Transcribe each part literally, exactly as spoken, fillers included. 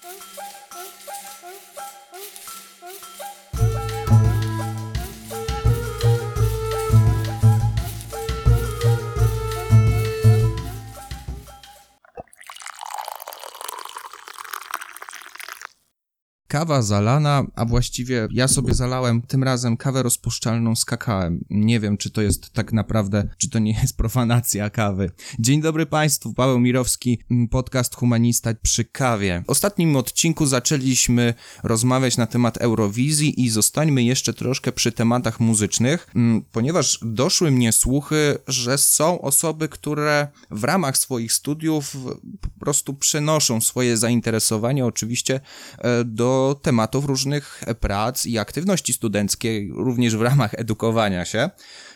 Kawa zalana, a właściwie ja sobie zalałem tym razem kawę rozpuszczalną z kakałem. Nie wiem, czy to jest tak naprawdę, czy to nie jest profanacja kawy. Dzień dobry Państwu, Paweł Mirowski, podcast Humanista przy kawie. W ostatnim odcinku zaczęliśmy rozmawiać na temat Eurowizji i zostańmy jeszcze troszkę przy tematach muzycznych, ponieważ doszły mnie słuchy, że są osoby, które w ramach swoich studiów po prostu przenoszą swoje zainteresowanie oczywiście do tematów różnych prac i aktywności studenckiej, również w ramach edukowania się.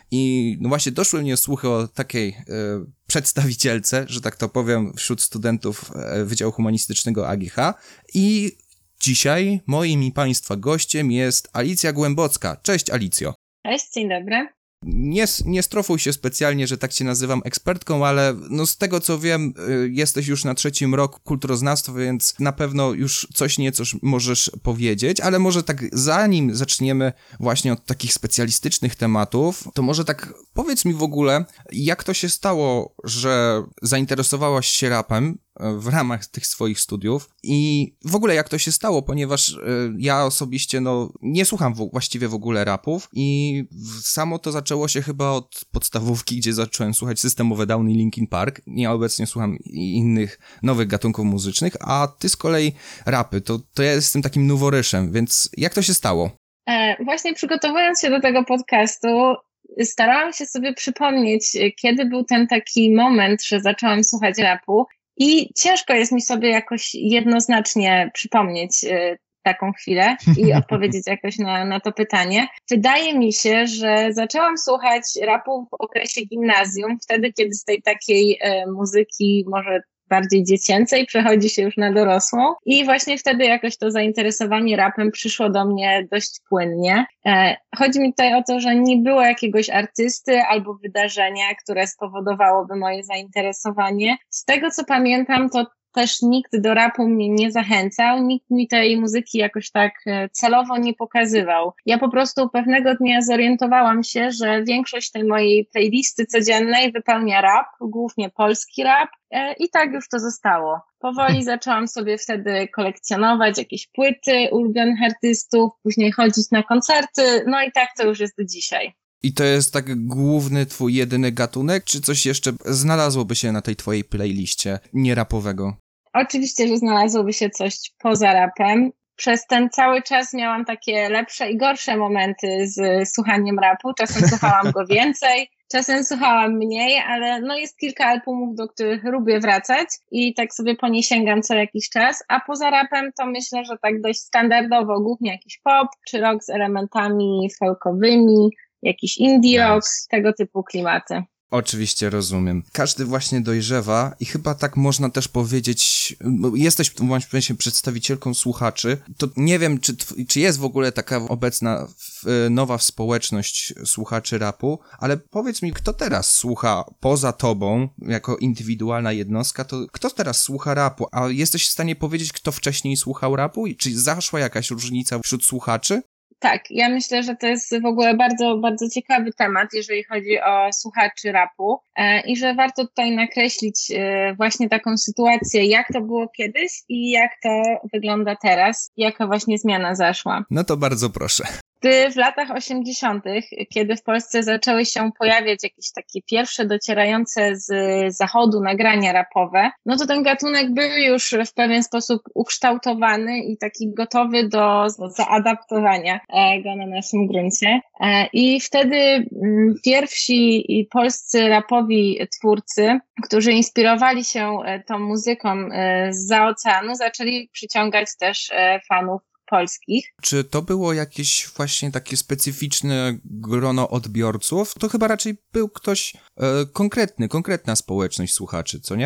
I no właśnie doszły mnie słuchy o takiej e, przedstawicielce, że tak to powiem, wśród studentów e, Wydziału Humanistycznego A G H. I dzisiaj moim i Państwa gościem jest Alicja Głębocka. Cześć Alicjo. Cześć, dzień dobry. Nie, nie strofuj się specjalnie, że tak cię nazywam ekspertką, ale no z tego co wiem, y, jesteś już na trzecim roku kulturoznawstwa, więc na pewno już coś nieco możesz powiedzieć, ale może tak zanim zaczniemy właśnie od takich specjalistycznych tematów, to może tak powiedz mi w ogóle, jak to się stało, że zainteresowałaś się rapem w ramach tych swoich studiów i w ogóle jak to się stało, ponieważ y, ja osobiście no nie słucham w, właściwie w ogóle rapów i w, samo to zaczęło się chyba od podstawówki, gdzie zacząłem słuchać Systemowe Down i Linkin Park. Ja obecnie słucham innych nowych gatunków muzycznych, a ty z kolei rapy, to, to ja jestem takim noworyszem, więc jak to się stało? E, właśnie przygotowując się do tego podcastu, starałam się sobie przypomnieć, kiedy był ten taki moment, że zaczęłam słuchać rapu. I ciężko jest mi sobie jakoś jednoznacznie przypomnieć y, taką chwilę i odpowiedzieć jakoś na, na to pytanie. Wydaje mi się, że zaczęłam słuchać rapu w okresie gimnazjum, wtedy kiedy z tej takiej y, muzyki może bardziej dziecięcej przechodzi się już na dorosłą i właśnie wtedy jakoś to zainteresowanie rapem przyszło do mnie dość płynnie. E, chodzi mi tutaj o to, że nie było jakiegoś artysty albo wydarzenia, które spowodowałoby moje zainteresowanie. Z tego co pamiętam, to też nikt do rapu mnie nie zachęcał, nikt mi tej muzyki jakoś tak celowo nie pokazywał. Ja po prostu pewnego dnia zorientowałam się, że większość tej mojej playlisty codziennej wypełnia rap, głównie polski rap i tak już to zostało. Powoli zaczęłam sobie wtedy kolekcjonować jakieś płyty ulubionych artystów, później chodzić na koncerty, no i tak to już jest do dzisiaj. I to jest tak główny twój jedyny gatunek, czy coś jeszcze znalazłoby się na tej twojej playliście nierapowego? Oczywiście, że znalazłoby się coś poza rapem. Przez ten cały czas miałam takie lepsze i gorsze momenty z słuchaniem rapu. Czasem słuchałam go więcej, czasem słuchałam mniej, ale no jest kilka albumów, do których lubię wracać i tak sobie po nie sięgam co jakiś czas. A poza rapem to myślę, że tak dość standardowo, głównie jakiś pop czy rock z elementami folkowymi, jakiś indie rock, nice. Tego typu klimaty. Oczywiście rozumiem. Każdy właśnie dojrzewa i chyba tak można też powiedzieć, jesteś właśnie przedstawicielką słuchaczy, to nie wiem, czy, czy jest w ogóle taka obecna nowa społeczność słuchaczy rapu, ale powiedz mi, kto teraz słucha poza tobą, jako indywidualna jednostka, to kto teraz słucha rapu? A jesteś w stanie powiedzieć, kto wcześniej słuchał rapu? I czy zaszła jakaś różnica wśród słuchaczy? Tak, ja myślę, że to jest w ogóle bardzo, bardzo ciekawy temat, jeżeli chodzi o słuchaczy rapu e, i że warto tutaj nakreślić e, właśnie taką sytuację, jak to było kiedyś i jak to wygląda teraz, jaka właśnie zmiana zaszła. No to bardzo proszę. Gdy w latach osiemdziesiątych, kiedy w Polsce zaczęły się pojawiać jakieś takie pierwsze docierające z zachodu nagrania rapowe, no to ten gatunek był już w pewien sposób ukształtowany i taki gotowy do zaadaptowania go na naszym gruncie. I wtedy pierwsi polscy rapowi twórcy, którzy inspirowali się tą muzyką zza oceanu, zaczęli przyciągać też fanów polskich. Czy to było jakieś właśnie takie specyficzne grono odbiorców? To chyba raczej był ktoś e, konkretny, konkretna społeczność słuchaczy, co nie?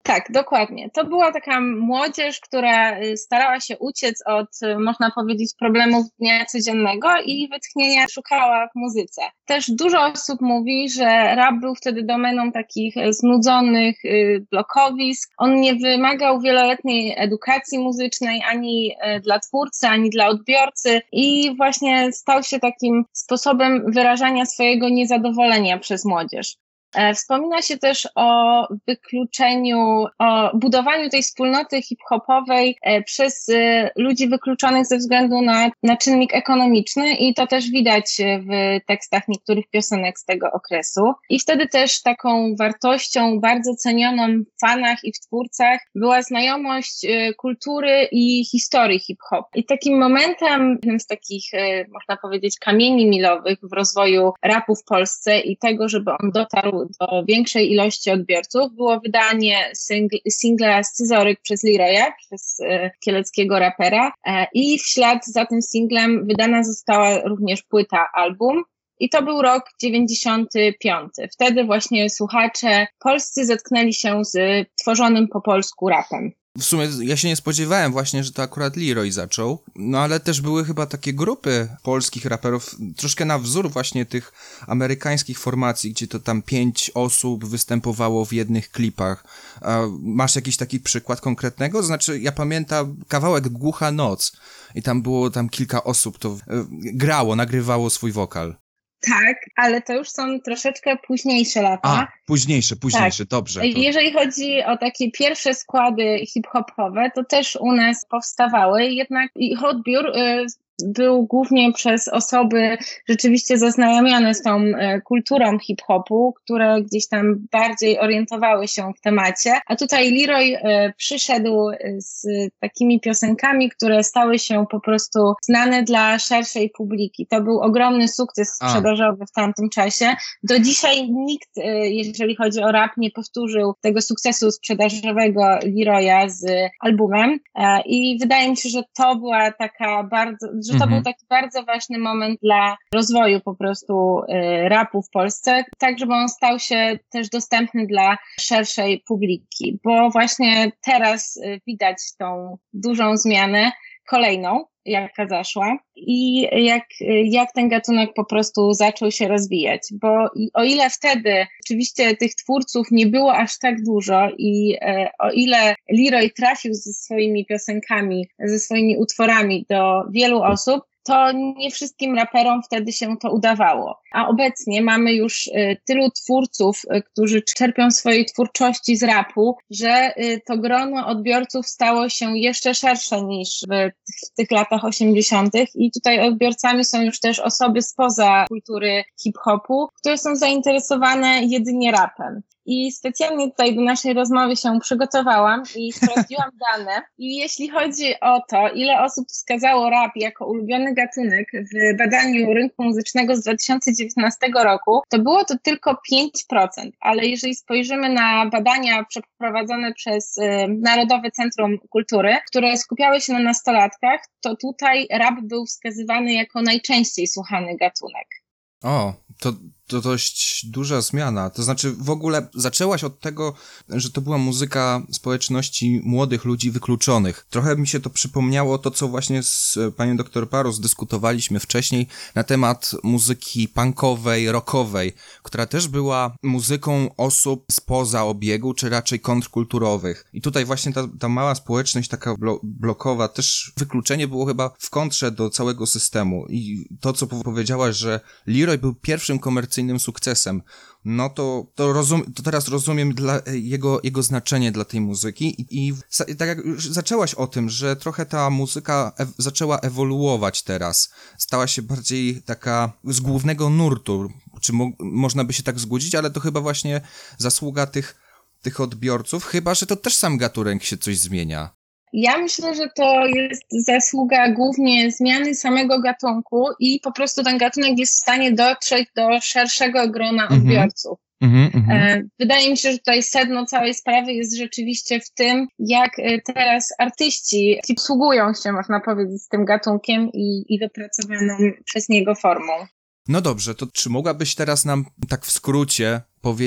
Tak, dokładnie. To była taka młodzież, która starała się uciec od, można powiedzieć, problemów dnia codziennego i wytchnienia szukała w muzyce. Też dużo osób mówi, że rap był wtedy domeną takich znudzonych blokowisk. On nie wymagał wieloletniej edukacji muzycznej ani dla twórcy, ani dla odbiorcy i właśnie stał się takim sposobem wyrażania swojego niezadowolenia przez młodzież. Wspomina się też o wykluczeniu, o budowaniu tej wspólnoty hip-hopowej przez ludzi wykluczonych ze względu na, na czynnik ekonomiczny i to też widać w tekstach niektórych piosenek z tego okresu. I wtedy też taką wartością bardzo cenioną w fanach i w twórcach była znajomość kultury i historii hip-hop. I takim momentem, jednym z takich, można powiedzieć, kamieni milowych w rozwoju rapu w Polsce i tego, żeby on dotarł do większej ilości odbiorców, było wydanie singl, singla Scyzoryk przez Leroya, przez e, kieleckiego rapera e, i w ślad za tym singlem wydana została również płyta, album. I to był rok dziewięćdziesiąty piąty. Wtedy właśnie słuchacze polscy zetknęli się z tworzonym po polsku rapem. W sumie ja się nie spodziewałem właśnie, że to akurat Leroy zaczął, no ale też były chyba takie grupy polskich raperów, troszkę na wzór właśnie tych amerykańskich formacji, gdzie to tam pięć osób występowało w jednych klipach. A masz jakiś taki przykład konkretnego? Znaczy, ja pamiętam kawałek Głucha Noc i tam było tam kilka osób, to grało, nagrywało swój wokal. Tak, ale to już są troszeczkę późniejsze lata. A, późniejsze, późniejsze, tak. Dobrze. To... Jeżeli chodzi o takie pierwsze składy hip-hopowe, to też u nas powstawały, jednak ich odbiór y, był głównie przez osoby rzeczywiście zaznajomione z tą e, kulturą hip-hopu, które gdzieś tam bardziej orientowały się w temacie. A tutaj Leroy e, przyszedł z takimi piosenkami, które stały się po prostu znane dla szerszej publiki. To był ogromny sukces sprzedażowy w tamtym czasie. Do dzisiaj nikt, e, jeżeli chodzi o rap, nie powtórzył tego sukcesu sprzedażowego Leroya z albumem. E, I wydaje mi się, że to była taka bardzo że to mhm. był taki bardzo ważny moment dla rozwoju po prostu y, rapu w Polsce, tak żeby on stał się też dostępny dla szerszej publiki, bo właśnie teraz y, widać tą dużą zmianę, kolejną, jaka zaszła i jak, jak ten gatunek po prostu zaczął się rozwijać, bo o ile wtedy oczywiście tych twórców nie było aż tak dużo i e, o ile Leroy trafił ze swoimi piosenkami, ze swoimi utworami do wielu osób, to nie wszystkim raperom wtedy się to udawało. A obecnie mamy już y, tylu twórców, y, którzy czerpią swojej twórczości z rapu, że y, to grono odbiorców stało się jeszcze szersze niż w, w tych latach osiemdziesiątych i tutaj odbiorcami są już też osoby spoza kultury hip-hopu, które są zainteresowane jedynie rapem. I specjalnie tutaj do naszej rozmowy się przygotowałam i sprawdziłam dane. I jeśli chodzi o to, ile osób wskazało rap jako ulubiony gatunek w badaniu rynku muzycznego z dwa tysiące dziewiętnastego roku, to było to tylko pięć procent. Ale jeżeli spojrzymy na badania przeprowadzone przez y, Narodowe Centrum Kultury, które skupiały się na nastolatkach, to tutaj rap był wskazywany jako najczęściej słuchany gatunek. O, to, to dość duża zmiana. To znaczy w ogóle zaczęłaś od tego, że to była muzyka społeczności młodych ludzi wykluczonych. Trochę mi się to przypomniało to, co właśnie z panią doktor Parus dyskutowaliśmy wcześniej na temat muzyki punkowej, rockowej, która też była muzyką osób spoza obiegu, czy raczej kontrkulturowych. I tutaj właśnie ta, ta mała społeczność taka blo- blokowa, też wykluczenie było chyba w kontrze do całego systemu. I to, co powiedziałaś, że Leroy był pierwszym komercyjnym sukcesem, no to, to, rozum, to teraz rozumiem dla jego, jego znaczenie dla tej muzyki i, i, i tak jak już zaczęłaś o tym, że trochę ta muzyka ew, zaczęła ewoluować teraz, stała się bardziej taka z głównego nurtu, czy mo, można by się tak zgodzić, ale to chyba właśnie zasługa tych, tych odbiorców, chyba że to też sam gatunek się coś zmienia. Ja myślę, że to jest zasługa głównie zmiany samego gatunku i po prostu ten gatunek jest w stanie dotrzeć do szerszego grona mm-hmm. odbiorców. Mm-hmm. Wydaje mi się, że tutaj sedno całej sprawy jest rzeczywiście w tym, jak teraz artyści posługują się, można powiedzieć, z tym gatunkiem i, i wypracowaną przez niego formą. No dobrze, to czy mogłabyś teraz nam tak w skrócie powiedzieć,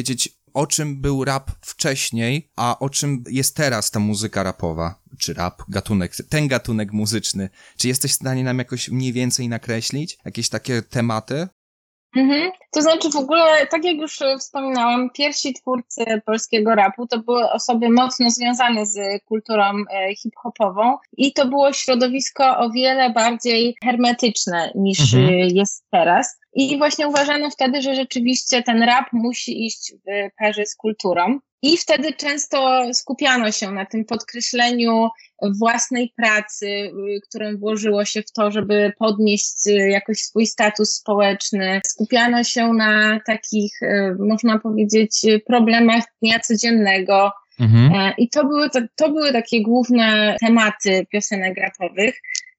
o czym był rap wcześniej, a o czym jest teraz ta muzyka rapowa, czy rap, gatunek, ten gatunek muzyczny. Czy jesteś w stanie nam jakoś mniej więcej nakreślić jakieś takie tematy? Mhm. To znaczy w ogóle, tak jak już wspominałam, pierwsi twórcy polskiego rapu to były osoby mocno związane z kulturą e, hip-hopową i to było środowisko o wiele bardziej hermetyczne niż Mhm. e, jest teraz. I właśnie uważano wtedy, że rzeczywiście ten rap musi iść w parze z kulturą. I wtedy często skupiano się na tym podkreśleniu własnej pracy, którą włożyło się w to, żeby podnieść jakoś swój status społeczny. Skupiano się na takich, można powiedzieć, problemach dnia codziennego. Mhm. I to były, to, to były takie główne tematy piosenek rapowych.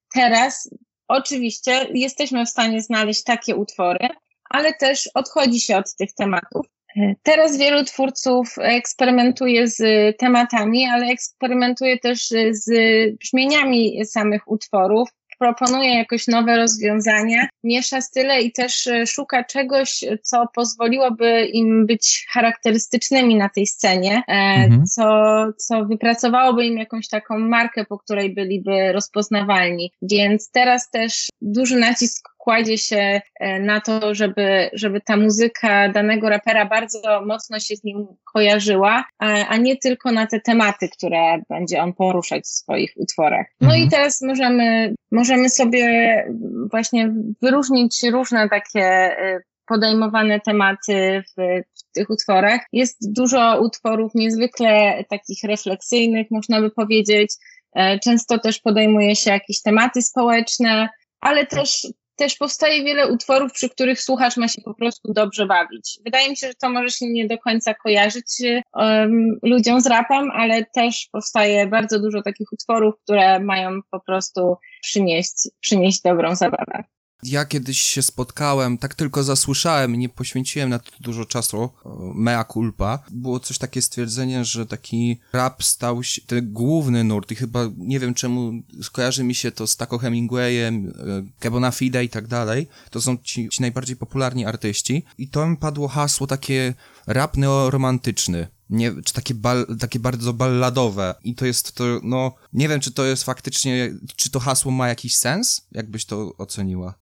Teraz oczywiście jesteśmy w stanie znaleźć takie utwory, ale też odchodzi się od tych tematów. Teraz wielu twórców eksperymentuje z tematami, ale eksperymentuje też z brzmieniami samych utworów, proponuje jakoś nowe rozwiązania, miesza style i też szuka czegoś, co pozwoliłoby im być charakterystycznymi na tej scenie, mhm. co, co wypracowałoby im jakąś taką markę, po której byliby rozpoznawalni. Więc teraz też duży nacisk kładzie się na to, żeby, żeby ta muzyka danego rapera bardzo mocno się z nim kojarzyła, a, a nie tylko na te tematy, które będzie on poruszać w swoich utworach. No mhm. i teraz możemy, możemy sobie właśnie wyróżnić różne takie podejmowane tematy w, w tych utworach. Jest dużo utworów niezwykle takich refleksyjnych, można by powiedzieć. Często też podejmuje się jakieś tematy społeczne, ale też Też powstaje wiele utworów, przy których słuchacz ma się po prostu dobrze bawić. Wydaje mi się, że to może się nie do końca kojarzyć um, ludziom z rapem, ale też powstaje bardzo dużo takich utworów, które mają po prostu przynieść, przynieść dobrą zabawę. Ja kiedyś się spotkałem, tak tylko zasłyszałem, nie poświęciłem na to dużo czasu, mea culpa. Było coś takie stwierdzenie, że taki rap stał się, ten główny nurt i chyba, nie wiem czemu, skojarzy mi się to z Taco Hemingwayem, Kebona Fide i tak dalej. To są ci, ci najbardziej popularni artyści i to mi padło hasło takie rap neoromantyczny. Nie, czy takie, bal, takie bardzo balladowe i to jest to, no, nie wiem czy to jest faktycznie, czy to hasło ma jakiś sens? Jak byś to oceniła?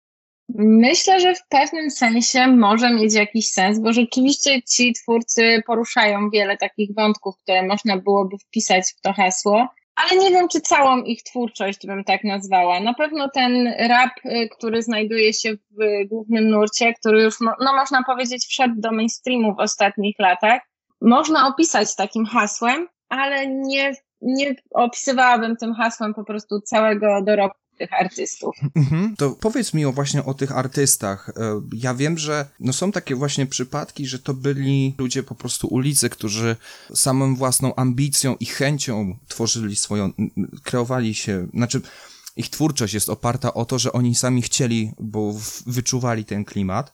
Myślę, że w pewnym sensie może mieć jakiś sens, bo rzeczywiście ci twórcy poruszają wiele takich wątków, które można byłoby wpisać w to hasło, ale nie wiem, czy całą ich twórczość bym tak nazwała. Na pewno ten rap, który znajduje się w głównym nurcie, który już, no można powiedzieć, wszedł do mainstreamu w ostatnich latach, można opisać takim hasłem, ale nie, nie opisywałabym tym hasłem po prostu całego dorobku tych artystów. Mhm. To powiedz mi o właśnie o tych artystach. Ja wiem, że no są takie właśnie przypadki, że to byli ludzie po prostu ulicy, którzy samą własną ambicją i chęcią tworzyli swoją, kreowali się, znaczy ich twórczość jest oparta o to, że oni sami chcieli, bo wyczuwali ten klimat.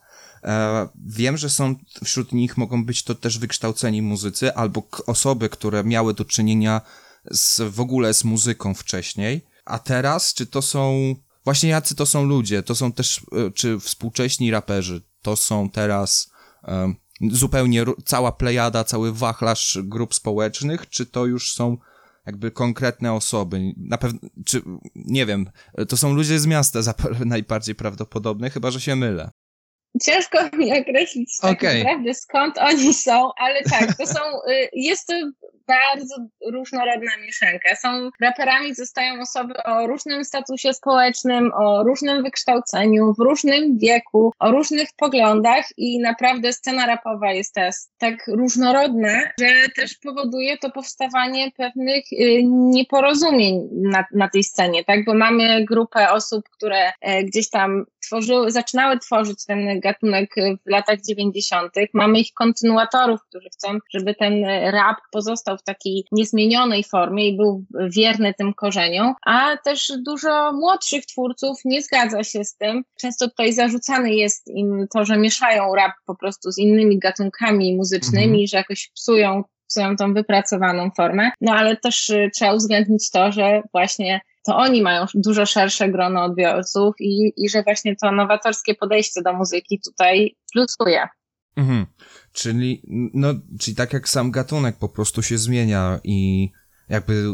Wiem, że są wśród nich mogą być to też wykształceni muzycy albo osoby, które miały do czynienia z, w ogóle z muzyką wcześniej. A teraz, czy to są, właśnie jacy to są ludzie, to są też, czy współcześni raperzy, to są teraz um, zupełnie cała plejada, cały wachlarz grup społecznych, czy to już są jakby konkretne osoby, na pewno, czy, nie wiem, to są ludzie z miasta najbardziej prawdopodobne, chyba że się mylę. Ciężko mi określić tak okay. naprawdę skąd oni są, ale tak, to są, jest to bardzo różnorodna mieszanka. Są raperami, zostają osoby o różnym statusie społecznym, o różnym wykształceniu, w różnym wieku, o różnych poglądach i naprawdę scena rapowa jest teraz tak różnorodna, że też powoduje to powstawanie pewnych nieporozumień na, na tej scenie, tak? Bo mamy grupę osób, które gdzieś tam tworzyły, zaczynały tworzyć ten gatunek w latach dziewięćdziesiątych. Mamy ich kontynuatorów, którzy chcą, żeby ten rap pozostał w takiej niezmienionej formie i był wierny tym korzeniom, a też dużo młodszych twórców nie zgadza się z tym. Często tutaj zarzucane jest im to, że mieszają rap po prostu z innymi gatunkami muzycznymi, mhm. że jakoś psują, psują tą wypracowaną formę. No ale też trzeba uwzględnić to, że właśnie to oni mają dużo szersze grono odbiorców i, i że właśnie to nowatorskie podejście do muzyki tutaj plusuje. Mhm. Czyli, no, czyli tak jak sam gatunek po prostu się zmienia i jakby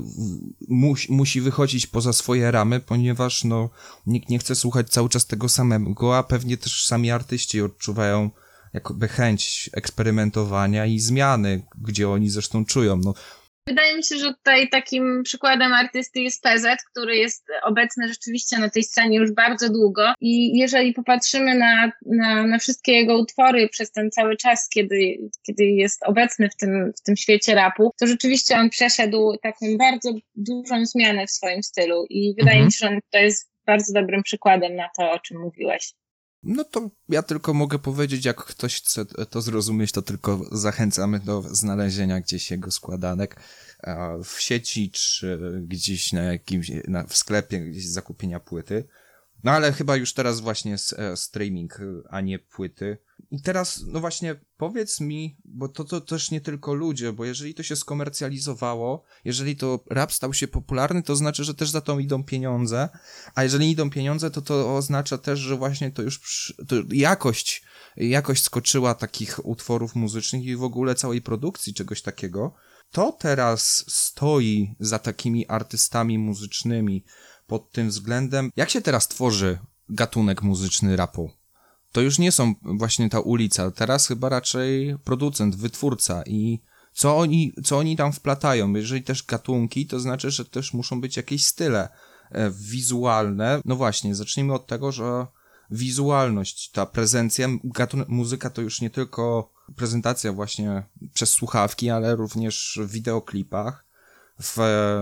musi, musi wychodzić poza swoje ramy, ponieważ no nikt nie chce słuchać cały czas tego samego, a pewnie też sami artyści odczuwają jakby chęć eksperymentowania i zmiany, gdzie oni zresztą czują. No, wydaje mi się, że tutaj takim przykładem artysty jest P Z, który jest obecny rzeczywiście na tej scenie już bardzo długo i jeżeli popatrzymy na, na, na wszystkie jego utwory przez ten cały czas, kiedy, kiedy jest obecny w tym, w tym świecie rapu, to rzeczywiście on przeszedł taką bardzo dużą zmianę w swoim stylu i wydaje mhm. mi się, że on to jest bardzo dobrym przykładem na to, o czym mówiłeś. No to ja tylko mogę powiedzieć, jak ktoś chce to zrozumieć, to tylko zachęcamy do znalezienia gdzieś jego składanek w sieci, czy gdzieś na jakimś, na, w sklepie, gdzieś zakupienia płyty. No ale chyba już teraz właśnie streaming, a nie płyty. I teraz, no właśnie, powiedz mi, bo to, to też nie tylko ludzie, bo jeżeli to się skomercjalizowało, jeżeli to rap stał się popularny, to znaczy, że też za to idą pieniądze, a jeżeli idą pieniądze, to to oznacza też, że właśnie to już to jakość, jakość skoczyła takich utworów muzycznych i w ogóle całej produkcji czegoś takiego. To teraz stoi za takimi artystami muzycznymi pod tym względem. Jak się teraz tworzy gatunek muzyczny rapu? To już nie są właśnie ta ulica, teraz chyba raczej producent, wytwórca i co oni, co oni tam wplatają. Jeżeli też gatunki, to znaczy, że też muszą być jakieś style e, wizualne. No właśnie, zacznijmy od tego, że wizualność, ta prezencja, gatunek, muzyka to już nie tylko prezentacja właśnie przez słuchawki, ale również w wideoklipach, w,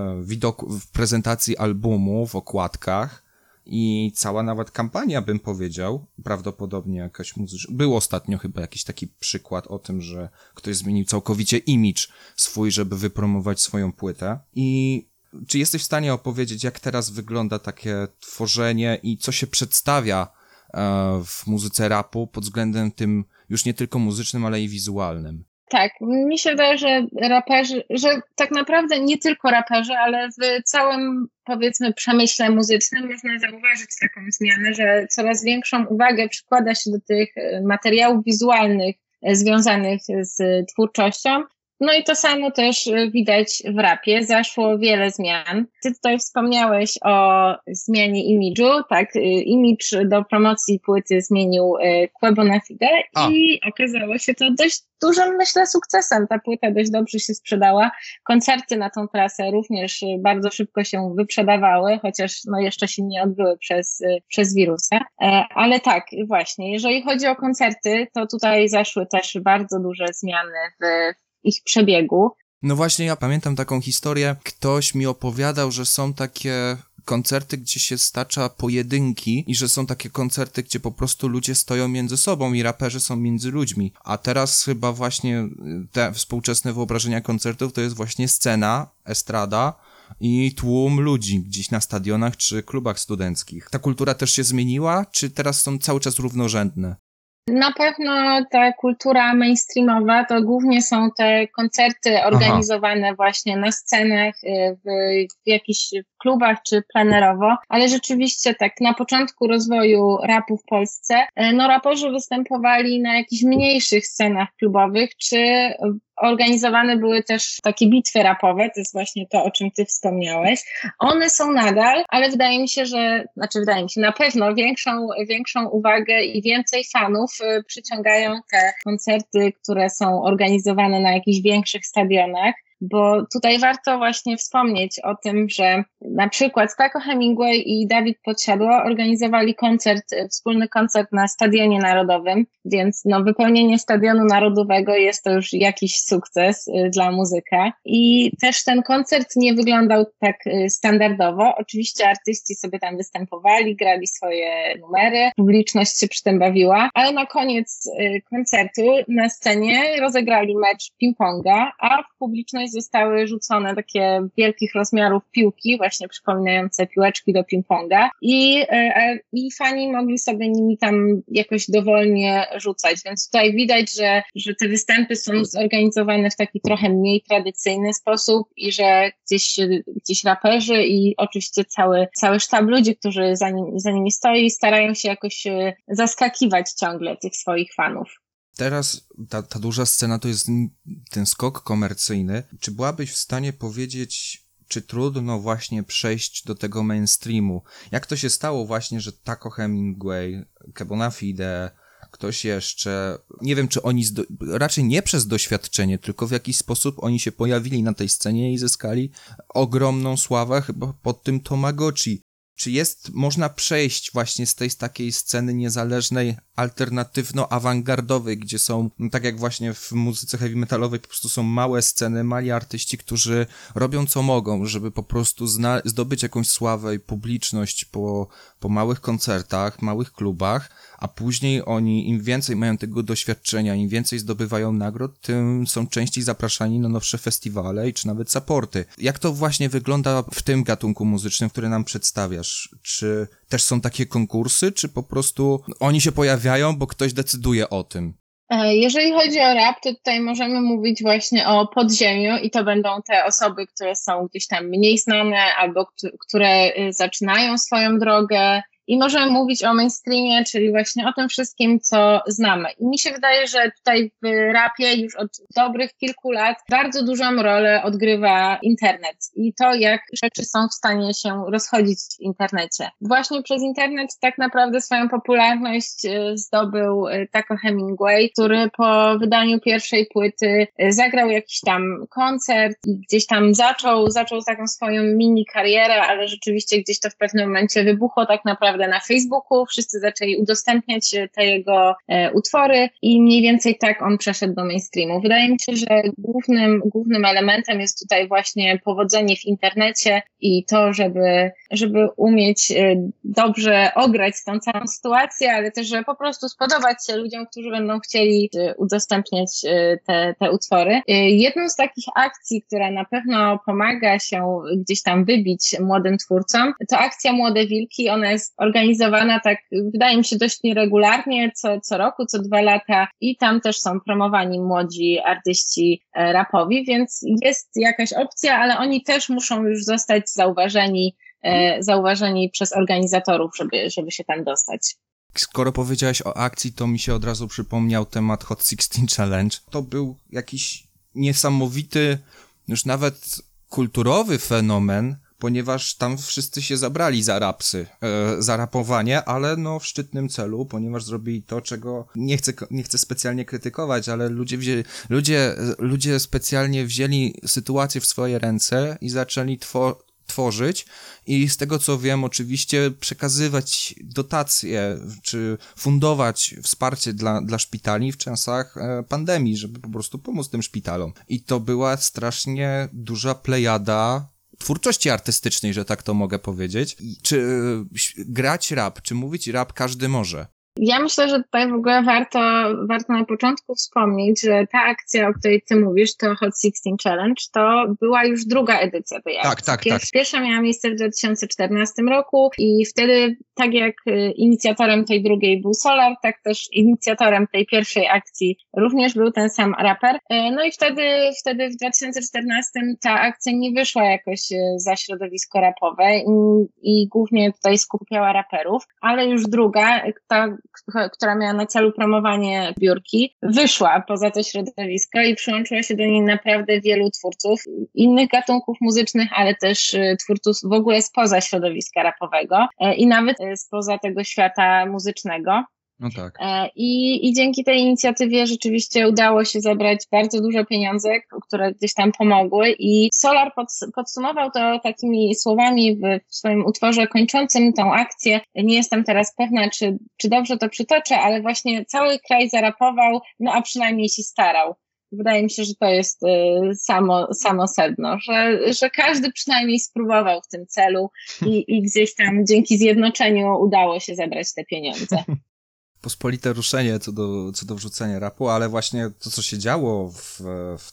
widok- w prezentacji albumu, w okładkach. I cała nawet kampania, bym powiedział, prawdopodobnie jakaś muzyczna. Był ostatnio chyba jakiś taki przykład o tym, że ktoś zmienił całkowicie image swój, żeby wypromować swoją płytę. I czy jesteś w stanie opowiedzieć, jak teraz wygląda takie tworzenie i co się przedstawia e, w muzyce rapu pod względem tym już nie tylko muzycznym, ale i wizualnym? Tak, mi się wydaje, że raperzy, że tak naprawdę nie tylko raperzy, ale w całym, powiedzmy, przemyśle muzycznym można zauważyć taką zmianę, że coraz większą uwagę przykłada się do tych materiałów wizualnych związanych z twórczością. No i to samo też widać w rapie. Zaszło wiele zmian. Ty tutaj wspomniałeś o zmianie imidżu. Tak, imidż do promocji płyty zmienił Quebo na Fide i okazało się to dość dużym, myślę, sukcesem. Ta płyta dość dobrze się sprzedała. Koncerty na tą trasę również bardzo szybko się wyprzedawały, chociaż no jeszcze się nie odbyły przez, przez wirusa. Ale tak, właśnie, jeżeli chodzi o koncerty, to tutaj zaszły też bardzo duże zmiany w ich przebiegu. No właśnie, ja pamiętam taką historię. Ktoś mi opowiadał, że są takie koncerty, gdzie się stacza pojedynki i że są takie koncerty, gdzie po prostu ludzie stoją między sobą i raperzy są między ludźmi. A teraz chyba właśnie te współczesne wyobrażenia koncertów to jest właśnie scena, estrada i tłum ludzi gdzieś na stadionach czy klubach studenckich. Ta kultura też się zmieniła, czy teraz są cały czas równorzędne? Na pewno ta kultura mainstreamowa to głównie są te koncerty organizowane Aha. właśnie na scenach, w, w jakichś klubach czy plenerowo, ale rzeczywiście tak na początku rozwoju rapu w Polsce, no raperzy występowali na jakichś mniejszych scenach klubowych, czy organizowane były też takie bitwy rapowe, to jest właśnie to, o czym ty wspomniałeś. One są nadal, ale wydaje mi się, że, znaczy wydaje mi się, na pewno większą, większą uwagę i więcej fanów y, przyciągają te koncerty, które są organizowane na jakichś większych stadionach. Bo tutaj warto właśnie wspomnieć o tym, że na przykład Taco Hemingway i Dawid Podsiadło organizowali koncert, wspólny koncert na Stadionie Narodowym, więc no wypełnienie Stadionu Narodowego jest to już jakiś sukces y, dla muzyka. I też ten koncert nie wyglądał tak y, standardowo. Oczywiście artyści sobie tam występowali, grali swoje numery, publiczność się przy tym bawiła, ale na koniec y, koncertu na scenie rozegrali mecz ping-ponga, a w publiczność zostały rzucone takie wielkich rozmiarów piłki, właśnie przypominające piłeczki do ping-ponga i, e, i fani mogli sobie nimi tam jakoś dowolnie rzucać, więc tutaj widać, że, że te występy są zorganizowane w taki trochę mniej tradycyjny sposób i że gdzieś, gdzieś raperzy i oczywiście cały, cały sztab ludzi, którzy za, nim, za nimi stoi, starają się jakoś zaskakiwać ciągle tych swoich fanów. Teraz ta, ta duża scena to jest ten skok komercyjny. Czy byłabyś w stanie powiedzieć, czy trudno właśnie przejść do tego mainstreamu? Jak to się stało właśnie, że Taco Hemingway, Kebona Fide, ktoś jeszcze, nie wiem czy oni, zdo... raczej nie przez doświadczenie, tylko w jakiś sposób oni się pojawili na tej scenie i zyskali ogromną sławę chyba pod tym Tamagotchi. Czy jest, można przejść właśnie z tej z takiej sceny niezależnej, alternatywno-awangardowej, gdzie są, no tak jak właśnie w muzyce heavy metalowej, po prostu są małe sceny, mali artyści, którzy robią co mogą, żeby po prostu zna- zdobyć jakąś sławę i publiczność po, po małych koncertach, małych klubach, a później oni, im więcej mają tego doświadczenia, im więcej zdobywają nagród, tym są częściej zapraszani na nowsze festiwale i czy nawet supporty. Jak to właśnie wygląda w tym gatunku muzycznym, który nam przedstawiasz? Czy też są takie konkursy, czy po prostu oni się pojawiają, bo ktoś decyduje o tym? Jeżeli chodzi o rap, to tutaj możemy mówić właśnie o podziemiu i to będą te osoby, które są gdzieś tam mniej znane albo które zaczynają swoją drogę. I możemy mówić o mainstreamie, czyli właśnie o tym wszystkim, co znamy. I mi się wydaje, że tutaj w rapie już od dobrych kilku lat bardzo dużą rolę odgrywa internet i to, jak rzeczy są w stanie się rozchodzić w internecie. Właśnie przez internet tak naprawdę swoją popularność zdobył Taco Hemingway, który po wydaniu pierwszej płyty zagrał jakiś tam koncert i gdzieś tam zaczął, zaczął taką swoją mini karierę, ale rzeczywiście gdzieś to w pewnym momencie wybuchło tak naprawdę na Facebooku, wszyscy zaczęli udostępniać te jego e, utwory i mniej więcej tak on przeszedł do mainstreamu. Wydaje mi się, że głównym, głównym elementem jest tutaj właśnie powodzenie w internecie i to, żeby, żeby umieć e, dobrze ograć tą całą sytuację, ale też, żeby po prostu spodobać się ludziom, którzy będą chcieli e, udostępniać e, te, te utwory. E, jedną z takich akcji, która na pewno pomaga się gdzieś tam wybić młodym twórcom, to akcja Młode Wilki. Ona jest organizowana tak, wydaje mi się, dość nieregularnie, co, co roku, co dwa lata i tam też są promowani młodzi artyści e, rapowi, więc jest jakaś opcja, ale oni też muszą już zostać zauważeni, e, zauważeni przez organizatorów, żeby, żeby się tam dostać. Skoro powiedziałeś o akcji, to mi się od razu przypomniał temat Hot szesnaście Challenge. To był jakiś niesamowity, już nawet kulturowy fenomen, ponieważ tam wszyscy się zabrali za rapsy, e, za rapowanie, ale no w szczytnym celu, ponieważ zrobili to, czego nie chcę, nie chcę specjalnie krytykować, ale ludzie, wzięli, ludzie, ludzie specjalnie wzięli sytuację w swoje ręce i zaczęli two, tworzyć i z tego co wiem oczywiście przekazywać dotacje, czy fundować wsparcie dla, dla szpitali w czasach e, pandemii, żeby po prostu pomóc tym szpitalom. I to była strasznie duża plejada twórczości artystycznej, że tak to mogę powiedzieć. Czy y, grać rap, czy mówić rap każdy może? Ja myślę, że tutaj w ogóle warto, warto na początku wspomnieć, że ta akcja, o której ty mówisz, to Hot szesnaście Challenge, to była już druga edycja tej akcji. Tak, tak, Pier- tak. Pierwsza miała miejsce w dwa tysiące czternastym roku i wtedy, tak jak inicjatorem tej drugiej był Solar, tak też inicjatorem tej pierwszej akcji również był ten sam raper. No i wtedy, wtedy w dwa tysiące czternastym ta akcja nie wyszła jakoś za środowisko rapowe i, i głównie tutaj skupiała raperów, ale już druga, ta która miała na celu promowanie zbiórki, wyszła poza to środowisko i przyłączyło się do niej naprawdę wielu twórców innych gatunków muzycznych, ale też twórców w ogóle spoza środowiska rapowego i nawet spoza tego świata muzycznego. No tak. I, I dzięki tej inicjatywie rzeczywiście udało się zebrać bardzo dużo pieniążek, które gdzieś tam pomogły i Solar pod, podsumował to takimi słowami w, w swoim utworze kończącym tą akcję. Nie jestem teraz pewna, czy, czy dobrze to przytoczę, ale właśnie cały kraj zarapował, no a przynajmniej się starał. Wydaje mi się, że to jest y, samo, samo sedno, że, że każdy przynajmniej spróbował w tym celu i, i gdzieś tam dzięki zjednoczeniu udało się zebrać te pieniądze. Pospolite ruszenie co do, co do wrzucenia rapu, ale właśnie to, co się działo w, w, tam,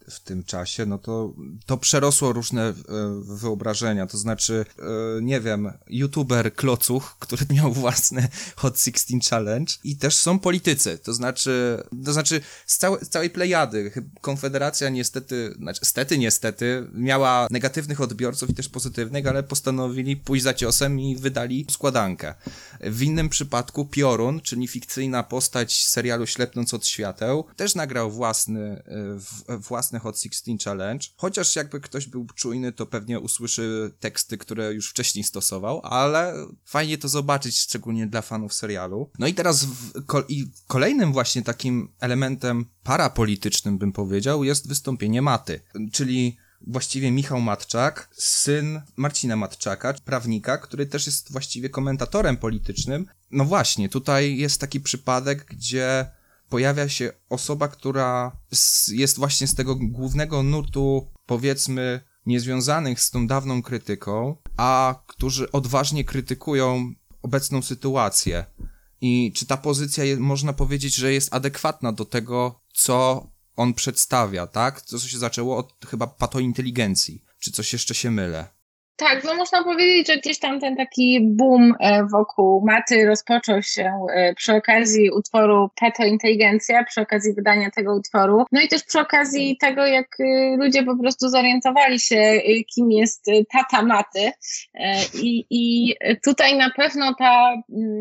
w tym czasie, no to to przerosło różne wyobrażenia, to znaczy, nie wiem, youtuber Klocuch, który miał własne Hot sixteen Challenge i też są politycy, to znaczy, to znaczy z, całe, z całej plejady. Konfederacja niestety, znaczy stety niestety, miała negatywnych odbiorców i też pozytywnych, ale postanowili pójść za ciosem i wydali składankę. W innym przypadku Piorun, czyli fikcyjna postać z serialu Ślepnąc od świateł, też nagrał własny, własny Hot sixteen Challenge, chociaż jakby ktoś był czujny, to pewnie usłyszy teksty, które już wcześniej stosował, ale fajnie to zobaczyć, szczególnie dla fanów serialu. No i teraz w, ko- i kolejnym właśnie takim elementem parapolitycznym, bym powiedział, jest wystąpienie Maty, czyli właściwie Michał Matczak, syn Marcina Matczaka, prawnika, który też jest właściwie komentatorem politycznym. No właśnie, tutaj jest taki przypadek, gdzie pojawia się osoba, która jest właśnie z tego głównego nurtu, powiedzmy, niezwiązanych z tą dawną krytyką, a którzy odważnie krytykują obecną sytuację. I czy ta pozycja, je, można powiedzieć, że jest adekwatna do tego, co on przedstawia, tak? To, co się zaczęło od chyba patointeligencji. Czy coś jeszcze się mylę? Tak, no można powiedzieć, że gdzieś tam ten taki boom wokół Maty rozpoczął się przy okazji utworu Patointeligencja, przy okazji wydania tego utworu, no i też przy okazji tego, jak ludzie po prostu zorientowali się, kim jest tata Maty. I, i tutaj na pewno ta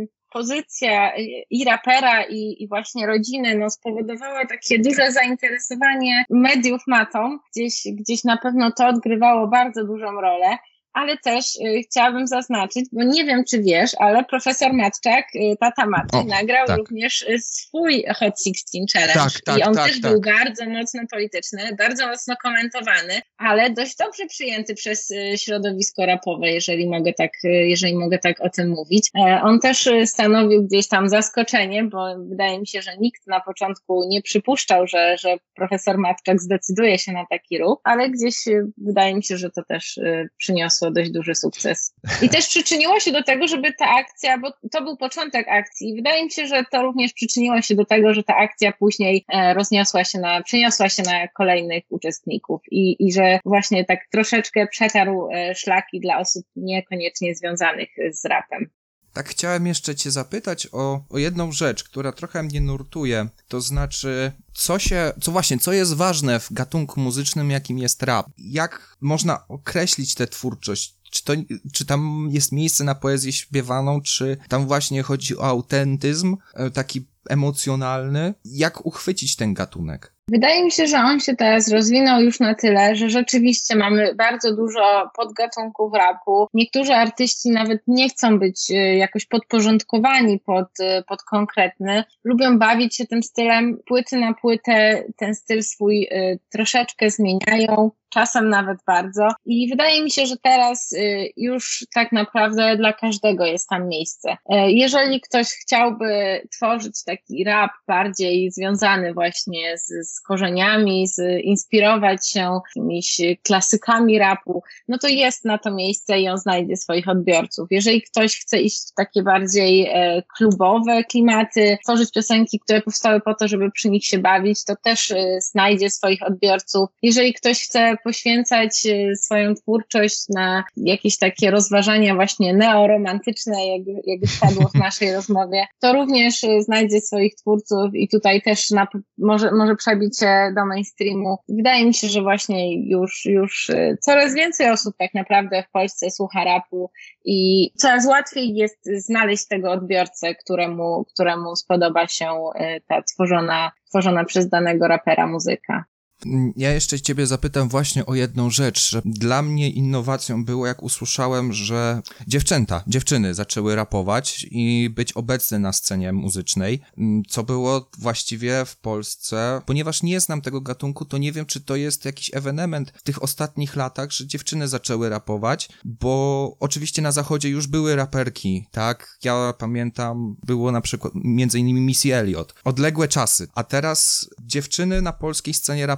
pozycja i rapera, i, i właśnie rodziny, no, spowodowała takie duże zainteresowanie mediów Matą. Gdzieś, gdzieś na pewno to odgrywało bardzo dużą rolę. Ale też y, chciałabym zaznaczyć, bo nie wiem, czy wiesz, ale profesor Matczak, y, tata Maty, o, nagrał tak. również y, swój Hot sixteen Challenge. Tak, tak, i on tak, też tak. był bardzo mocno polityczny, bardzo mocno komentowany, ale dość dobrze przyjęty przez y, środowisko rapowe, jeżeli mogę tak, y, jeżeli mogę tak o tym mówić. E, on też y, stanowił gdzieś tam zaskoczenie, bo wydaje mi się, że nikt na początku nie przypuszczał, że, że profesor Matczak zdecyduje się na taki ruch, ale gdzieś y, wydaje mi się, że to też y, przyniosło dość duży sukces. I też przyczyniło się do tego, żeby ta akcja, bo to był początek akcji, wydaje mi się, że to również przyczyniło się do tego, że ta akcja później e, rozniosła się na, przeniosła się na kolejnych uczestników i, i że właśnie tak troszeczkę przetarł e, szlaki dla osób niekoniecznie związanych z rapem. Tak chciałem jeszcze cię zapytać o, o jedną rzecz, która trochę mnie nurtuje, to znaczy, co się, co właśnie, co jest ważne w gatunku muzycznym, jakim jest rap? Jak można określić tę twórczość? Czy, to, czy tam jest miejsce na poezję śpiewaną, czy tam właśnie chodzi o autentyzm, taki emocjonalny? Jak uchwycić ten gatunek? Wydaje mi się, że on się teraz rozwinął już na tyle, że rzeczywiście mamy bardzo dużo podgatunków rapu. Niektórzy artyści nawet nie chcą być jakoś podporządkowani pod, pod konkretny. Lubią bawić się tym stylem, płyty na płytę ten styl swój troszeczkę zmieniają. Czasem nawet bardzo. I wydaje mi się, że teraz y, już tak naprawdę dla każdego jest tam miejsce. Y, jeżeli ktoś chciałby tworzyć taki rap bardziej związany właśnie z, z korzeniami, z, inspirować się jakimiś klasykami rapu, no to jest na to miejsce i on znajdzie swoich odbiorców. Jeżeli ktoś chce iść w takie bardziej e, klubowe klimaty, tworzyć piosenki, które powstały po to, żeby przy nich się bawić, to też e, znajdzie swoich odbiorców. Jeżeli ktoś chce poświęcać swoją twórczość na jakieś takie rozważania właśnie neoromantyczne, jak, jak padło w naszej rozmowie, to również znajdzie swoich twórców i tutaj też na, może, może przebić się do mainstreamu. Wydaje mi się, że właśnie już, już coraz więcej osób tak naprawdę w Polsce słucha rapu i coraz łatwiej jest znaleźć tego odbiorcę, któremu, któremu spodoba się ta tworzona, tworzona przez danego rapera muzyka. Ja jeszcze ciebie zapytam właśnie o jedną rzecz, że dla mnie innowacją było, jak usłyszałem, że dziewczęta, dziewczyny zaczęły rapować i być obecne na scenie muzycznej, co było właściwie w Polsce, ponieważ nie znam tego gatunku, to nie wiem, czy to jest jakiś ewenement w tych ostatnich latach, że dziewczyny zaczęły rapować, bo oczywiście na zachodzie już były raperki, tak? Ja pamiętam, było na przykład między innymi Missy Elliott. Odległe czasy, a teraz dziewczyny na polskiej scenie rapowej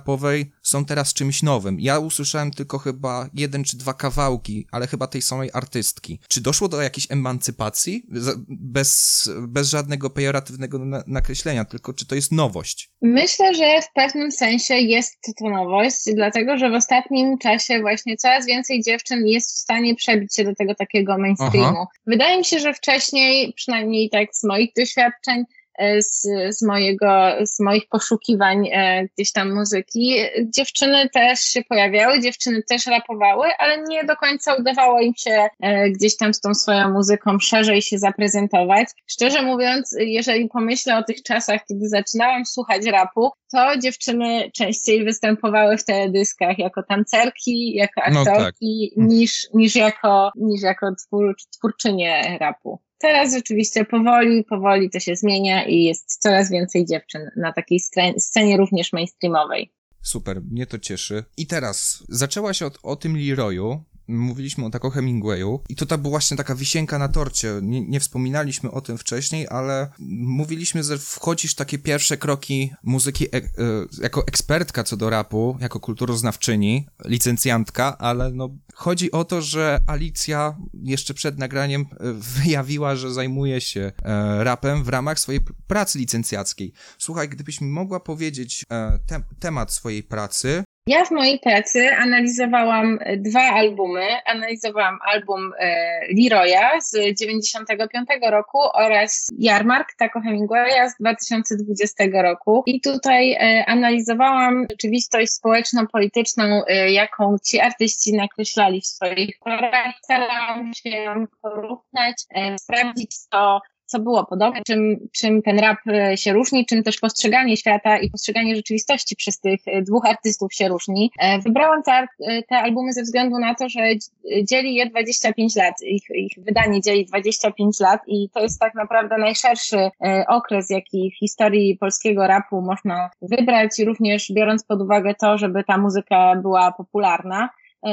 rapowej są teraz czymś nowym. Ja usłyszałem tylko chyba jeden czy dwa kawałki, ale chyba tej samej artystki. Czy doszło do jakiejś emancypacji? Bez, bez żadnego pejoratywnego na- nakreślenia, tylko czy to jest nowość? Myślę, że w pewnym sensie jest to nowość, dlatego że w ostatnim czasie właśnie coraz więcej dziewczyn jest w stanie przebić się do tego takiego mainstreamu. Aha. Wydaje mi się, że wcześniej, przynajmniej tak z moich doświadczeń, z, z mojego, z moich poszukiwań e, gdzieś tam muzyki, dziewczyny też się pojawiały, dziewczyny też rapowały, ale nie do końca udawało im się e, gdzieś tam z tą swoją muzyką szerzej się zaprezentować. Szczerze mówiąc, jeżeli pomyślę o tych czasach, kiedy zaczynałam słuchać rapu, to dziewczyny częściej występowały w teledyskach jako tancerki, jako aktorki, No tak. niż, niż jako, niż jako twór, twórczynie rapu. Teraz rzeczywiście powoli, powoli to się zmienia i jest coraz więcej dziewczyn na takiej scenie również mainstreamowej. Super, mnie to cieszy. I teraz, zaczęłaś od, o tym Leroyu, mówiliśmy o Taco Hemingwayu i to ta była właśnie taka wisienka na torcie. Nie, nie wspominaliśmy o tym wcześniej, ale mówiliśmy, że wchodzisz w takie pierwsze kroki muzyki e, e, jako ekspertka co do rapu, jako kulturoznawczyni, licencjantka, ale no chodzi o to, że Alicja jeszcze przed nagraniem wyjawiła, że zajmuje się e, rapem w ramach swojej pracy licencjackiej. Słuchaj, gdybyś mi mogła powiedzieć e, te, temat swojej pracy. Ja w mojej pracy analizowałam dwa albumy. Analizowałam album e, Leroya z dziewięćdziesiątego piątego roku oraz Jarmark Taco Hemingwaya z dwa tysiące dwudziestego roku. I tutaj e, analizowałam rzeczywistość społeczno-polityczną, e, jaką ci artyści nakreślali w swoich utworach. Starałam się ją porównać, e, sprawdzić to, co było podobne, czym, czym ten rap się różni, czym też postrzeganie świata i postrzeganie rzeczywistości przez tych dwóch artystów się różni. Wybrałam te, te albumy ze względu na to, że dzieli je dwadzieścia pięć lat, ich, ich wydanie dzieli dwadzieścia pięć lat i to jest tak naprawdę najszerszy okres, jaki w historii polskiego rapu można wybrać, również biorąc pod uwagę to, żeby ta muzyka była popularna.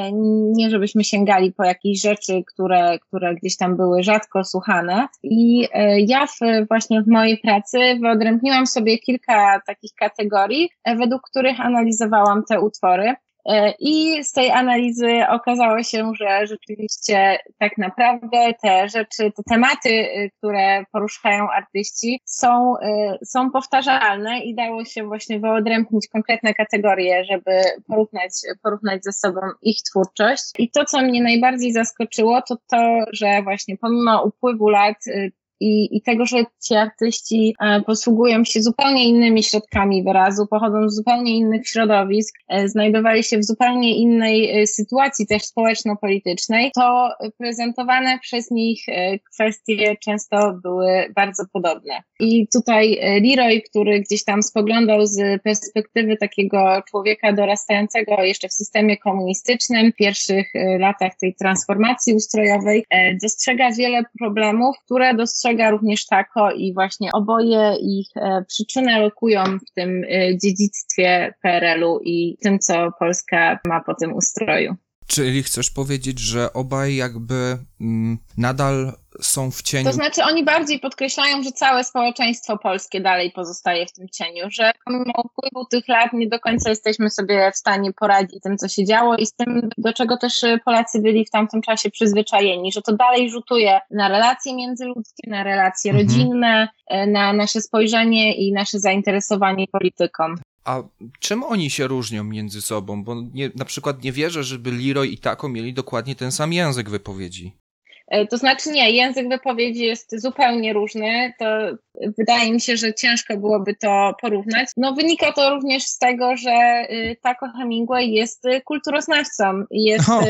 Nie żebyśmy sięgali po jakieś rzeczy, które, które gdzieś tam były rzadko słuchane. I ja w, właśnie w mojej pracy wyodrębniłam sobie kilka takich kategorii, według których analizowałam te utwory. I z tej analizy okazało się, że rzeczywiście tak naprawdę te rzeczy, te tematy, które poruszają artyści są, są powtarzalne i dało się właśnie wyodrębnić konkretne kategorie, żeby porównać, porównać ze sobą ich twórczość. I to, co mnie najbardziej zaskoczyło, to to, że właśnie pomimo upływu lat I, i tego, że ci artyści e, posługują się zupełnie innymi środkami wyrazu, pochodzą z zupełnie innych środowisk, e, znajdowali się w zupełnie innej e, sytuacji też społeczno-politycznej, to prezentowane przez nich e, kwestie często były bardzo podobne. I tutaj e, Leroy, który gdzieś tam spoglądał z perspektywy takiego człowieka dorastającego jeszcze w systemie komunistycznym, w pierwszych e, latach tej transformacji ustrojowej, e, dostrzega wiele problemów, które dostrzega również Taco i właśnie oboje ich e, przyczyny lokują w tym e, dziedzictwie P R L u i tym, co Polska ma po tym ustroju. Czyli chcesz powiedzieć, że obaj jakby mm, nadal są w cieniu? To znaczy oni bardziej podkreślają, że całe społeczeństwo polskie dalej pozostaje w tym cieniu, że pomimo upływu tych lat nie do końca jesteśmy sobie w stanie poradzić z tym, co się działo i z tym, do czego też Polacy byli w tamtym czasie przyzwyczajeni, że to dalej rzutuje na relacje międzyludzkie, na relacje mhm. rodzinne, na nasze spojrzenie i nasze zainteresowanie polityką. A czym oni się różnią między sobą? Bo nie, na przykład nie wierzę, żeby Leroy i Taco mieli dokładnie ten sam język wypowiedzi. To znaczy nie, język wypowiedzi jest zupełnie różny, to wydaje mi się, że ciężko byłoby to porównać. No wynika to również z tego, że Taco Hemingway jest kulturoznawcą, jest... Oh.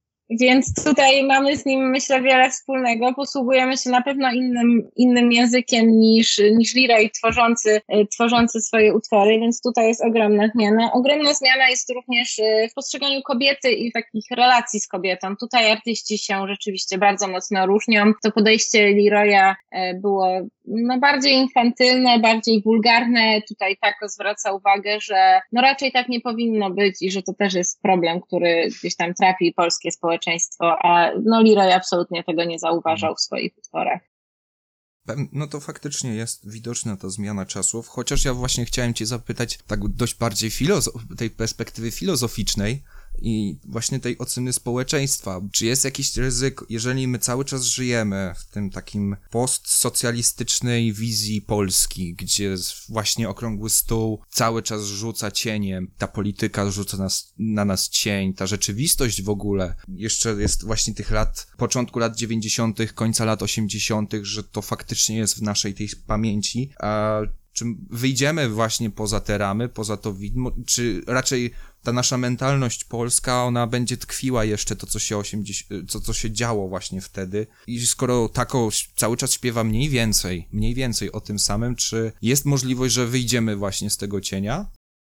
Więc tutaj mamy z nim, myślę, wiele wspólnego. Posługujemy się na pewno innym, innym językiem niż, niż Leroy tworzący, tworzący swoje utwory, więc tutaj jest ogromna zmiana. Ogromna zmiana jest również w postrzeganiu kobiety i takich relacji z kobietą. Tutaj artyści się rzeczywiście bardzo mocno różnią. To podejście Leroya było no, bardziej infantylne, bardziej wulgarne. Tutaj Taco zwraca uwagę, że no raczej tak nie powinno być i że to też jest problem, który gdzieś tam trapi polskie społeczeństwo, a no Leroy absolutnie tego nie zauważał w swoich utworach. No to faktycznie jest widoczna ta zmiana czasów, chociaż ja właśnie chciałem cię zapytać tak dość bardziej filozo- tej perspektywy filozoficznej i właśnie tej oceny społeczeństwa. Czy jest jakieś ryzyko, jeżeli my cały czas żyjemy w tym takim postsocjalistycznej wizji Polski, gdzie właśnie okrągły stół cały czas rzuca cieniem, ta polityka rzuca nas, na nas cień, ta rzeczywistość w ogóle, jeszcze jest właśnie tych lat, początku lat dziewięćdziesiątych, końca lat osiemdziesiątych, że to faktycznie jest w naszej tej pamięci, a czy wyjdziemy właśnie poza te ramy, poza to widmo, czy raczej ta nasza mentalność polska, ona będzie tkwiła jeszcze to, co się osiemdziesiąt, to, co się działo właśnie wtedy. I skoro Tako cały czas śpiewa mniej więcej, mniej więcej o tym samym, czy jest możliwość, że wyjdziemy właśnie z tego cienia?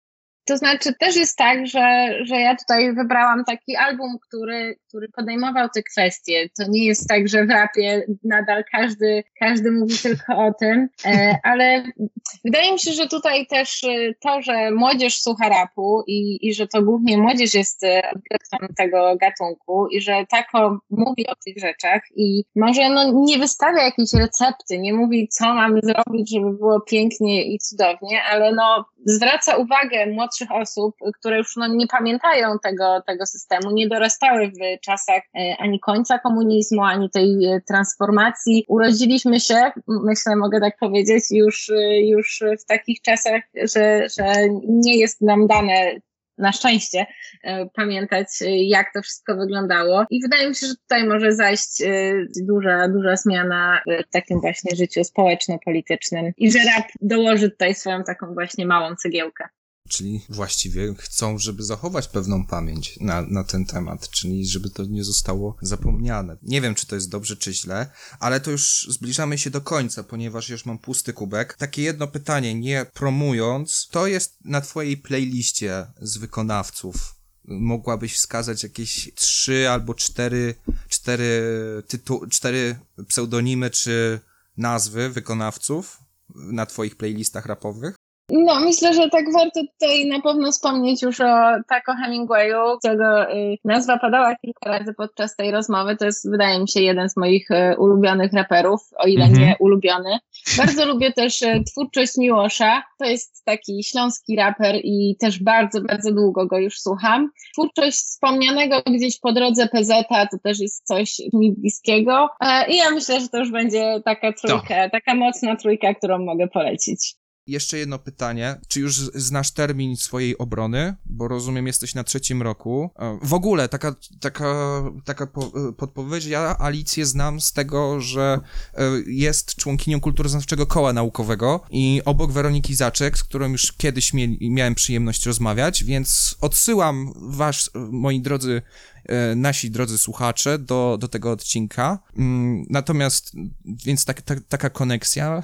To znaczy też jest tak, że, że ja tutaj wybrałam taki album, który, który podejmował te kwestie. To nie jest tak, że w rapie nadal każdy, każdy mówi tylko o tym, ale wydaje mi się, że tutaj też to, że młodzież słucha rapu i, i że to głównie młodzież jest odbiorcą tego gatunku i że Tako mówi o tych rzeczach i może no, nie wystawia jakiejś recepty, nie mówi, co mamy zrobić, żeby było pięknie i cudownie, ale no zwraca uwagę młodszych osób, które już no, nie pamiętają tego, tego systemu, nie dorastały w czasach e, ani końca komunizmu, ani tej e, transformacji. Urodziliśmy się, myślę, mogę tak powiedzieć, już, e, już w takich czasach, że, że nie jest nam dane na szczęście e, pamiętać, e, jak to wszystko wyglądało. I wydaje mi się, że tutaj może zajść e, duża, duża zmiana w takim właśnie życiu społeczno-politycznym i że rap dołoży tutaj swoją taką właśnie małą cegiełkę. Czyli właściwie chcą, żeby zachować pewną pamięć na, na ten temat, czyli żeby to nie zostało zapomniane. Nie wiem, czy to jest dobrze, czy źle, ale to już zbliżamy się do końca, ponieważ już mam pusty kubek. Takie jedno pytanie, nie promując, to jest na twojej playliście z wykonawców. Mogłabyś wskazać jakieś trzy albo cztery, cztery, tytu- cztery pseudonimy czy nazwy wykonawców na twoich playlistach rapowych? No, myślę, że tak warto tutaj na pewno wspomnieć już o Tako Hemingwayu, którego y, nazwa padała kilka razy podczas tej rozmowy. To jest, wydaje mi się, jeden z moich y, ulubionych raperów, o ile mm-hmm. nie ulubiony. Bardzo lubię też y, twórczość Miłosza. To jest taki śląski raper i też bardzo, bardzo długo go już słucham. Twórczość wspomnianego gdzieś po drodze P Z a to też jest coś mi bliskiego. E, I ja myślę, że to już będzie taka trójka, to. taka mocna trójka, którą mogę polecić. Jeszcze jedno pytanie. Czy już znasz termin swojej obrony? Bo rozumiem, jesteś na trzecim roku. W ogóle taka, taka, taka podpowiedź. Ja Alicję znam z tego, że jest członkinią Kulturoznawczego Koła Naukowego i obok Weroniki Zaczek, z którą już kiedyś mie- miałem przyjemność rozmawiać, więc odsyłam was, moi drodzy, nasi drodzy słuchacze, do, do tego odcinka. Natomiast, więc tak, tak, taka koneksja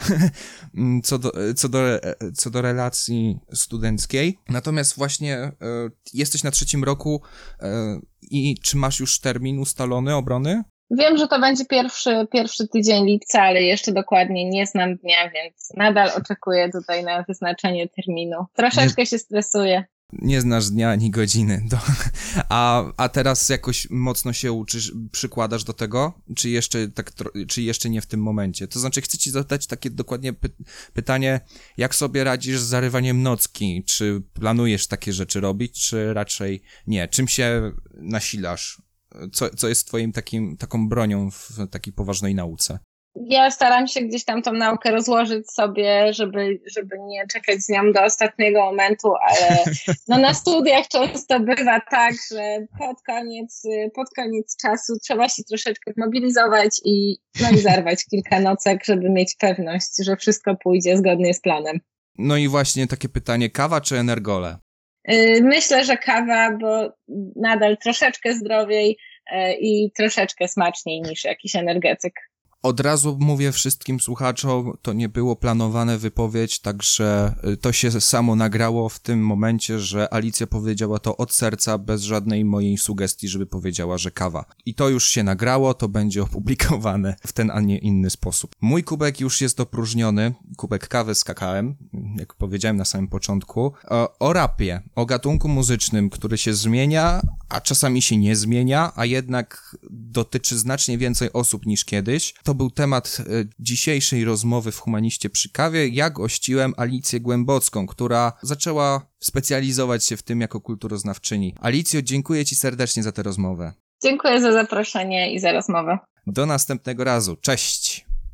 co do, co do, co do relacji studenckiej. Natomiast właśnie e, jesteś na trzecim roku e, i czy masz już termin ustalony obrony? Wiem, że to będzie pierwszy, pierwszy tydzień lipca, ale jeszcze dokładnie nie znam dnia, więc nadal oczekuję tutaj na wyznaczenie terminu. Troszeczkę nie... się stresuję. Nie znasz dnia ani godziny. Do... A, a teraz jakoś mocno się uczysz, przykładasz do tego? Czy jeszcze, tak, czy jeszcze nie w tym momencie? To znaczy, chcę ci zadać takie dokładnie py- pytanie, jak sobie radzisz z zarywaniem nocki? Czy planujesz takie rzeczy robić, czy raczej nie? Czym się nasilasz? Co, co jest twoim takim, taką bronią w takiej poważnej nauce? Ja staram się gdzieś tam tą naukę rozłożyć sobie, żeby, żeby nie czekać z nią do ostatniego momentu, ale no na studiach często bywa tak, że pod koniec, pod koniec czasu trzeba się troszeczkę zmobilizować i, no i zarwać kilka nocek, żeby mieć pewność, że wszystko pójdzie zgodnie z planem. No i właśnie takie pytanie, kawa czy energole? Myślę, że kawa, bo nadal troszeczkę zdrowiej i troszeczkę smaczniej niż jakiś energetyk. Od razu mówię wszystkim słuchaczom, to nie było planowane wypowiedź, także to się samo nagrało w tym momencie, że Alicja powiedziała to od serca, bez żadnej mojej sugestii, żeby powiedziała, że kawa. I to już się nagrało, to będzie opublikowane w ten, a nie inny sposób. Mój kubek już jest opróżniony, kubek kawy z kakałem, jak powiedziałem na samym początku, o, o rapie, o gatunku muzycznym, który się zmienia, a czasami się nie zmienia, a jednak dotyczy znacznie więcej osób niż kiedyś. To był temat e, dzisiejszej rozmowy w Humaniście przy kawie. Ja gościłem Alicję Głębocką, która zaczęła specjalizować się w tym jako kulturoznawczyni. Alicjo, dziękuję Ci serdecznie za tę rozmowę. Dziękuję za zaproszenie i za rozmowę. Do następnego razu. Cześć!